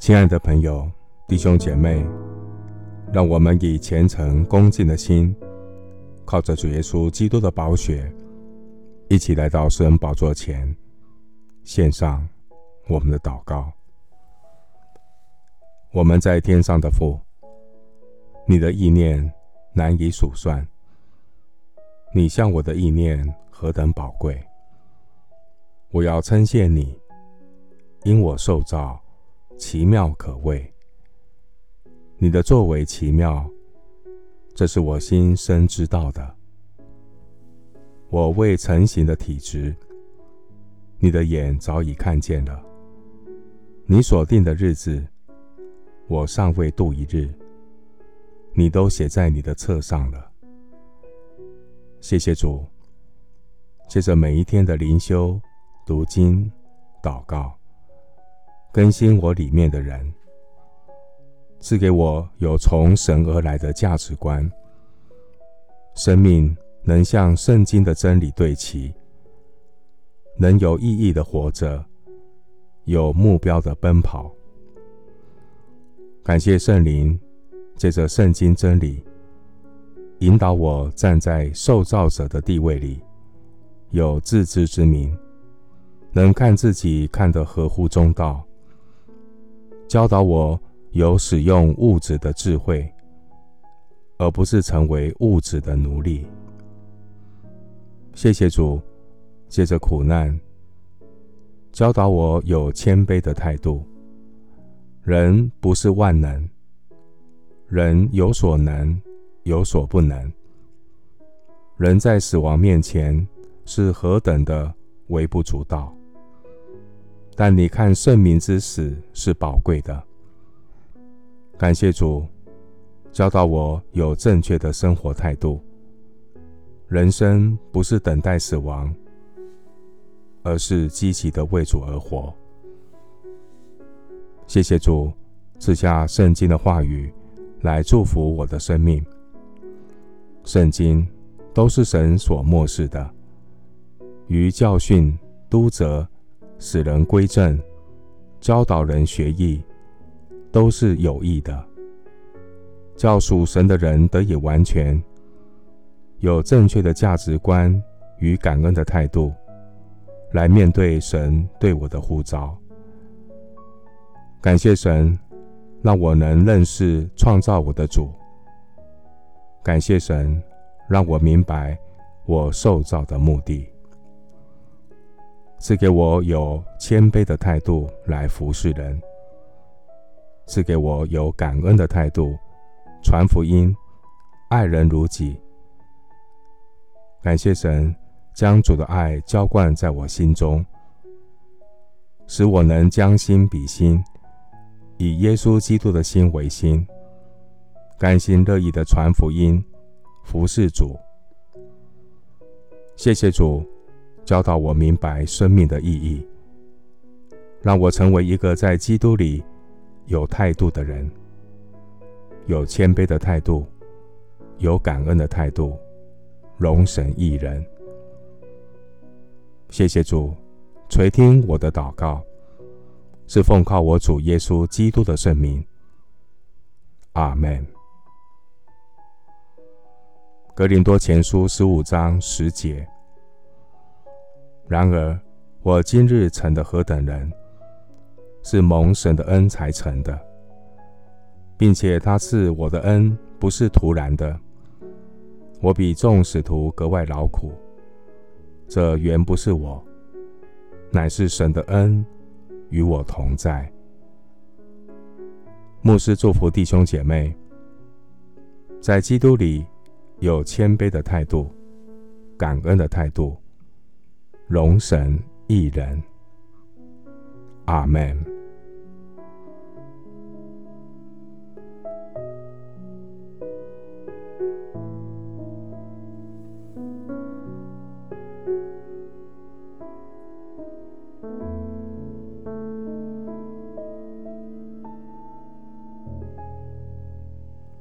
亲爱的朋友、弟兄姐妹，让我们以虔诚恭敬的心，靠着主耶稣基督的宝血，一起来到施恩宝座前，献上我们的祷告。我们在天上的父，你的意念难以数算，你向我的意念何等宝贵！我要称谢你，因我受造奇妙可畏，你的作为奇妙，这是我心深知道的。我未成形的体质，你的眼早已看见了。你所定的日子，我尚未度一日，你都写在你的册上了。谢谢主，借着每一天的灵修、读经、祷告，更新我里面的人，赐给我有从神而来的价值观，生命能向圣经的真理对齐，能有意义的活着，有目标的奔跑。感谢圣灵借着圣经真理，引导我站在受造者的地位里，有自知之明，能看自己看得合乎中道，教导我有使用物质的智慧，而不是成为物质的奴隶。谢谢主，借着苦难，教导我有谦卑的态度。人不是万能，人有所能，有所不能。人在死亡面前是何等的微不足道，但你看圣民之死是宝贵的。感谢主，教导我有正确的生活态度。人生不是等待死亡，而是积极的为主而活。谢谢主赐下圣经的话语来祝福我的生命。圣经都是神所默示的，于教训、督责、使人归正、教导人学义，都是有益的，叫属神的人得以完全，有正确的价值观与感恩的态度，来面对神对我的呼召。感谢神，让我能认识创造我的主。感谢神，让我明白我受造的目的。赐给我有谦卑的态度来服侍人，赐给我有感恩的态度，传福音，爱人如己。感谢神，将主的爱浇灌在我心中，使我能将心比心，以耶稣基督的心为心，甘心乐意的传福音，服侍主。谢谢主，教导我明白生命的意义，让我成为一个在基督里有态度的人，有谦卑的态度，有感恩的态度，荣神益人。谢谢主，垂听我的祷告，是奉靠我主耶稣基督的圣名。阿们。哥林多前书15章10节。然而我今日成的何等人，是蒙神的恩才成的，并且他赐我的恩不是突然的。我比众使徒格外劳苦，这原不是我，乃是神的恩与我同在。牧师祝福弟兄姐妹，在基督里有谦卑的态度，感恩的态度，荣神益人。阿们。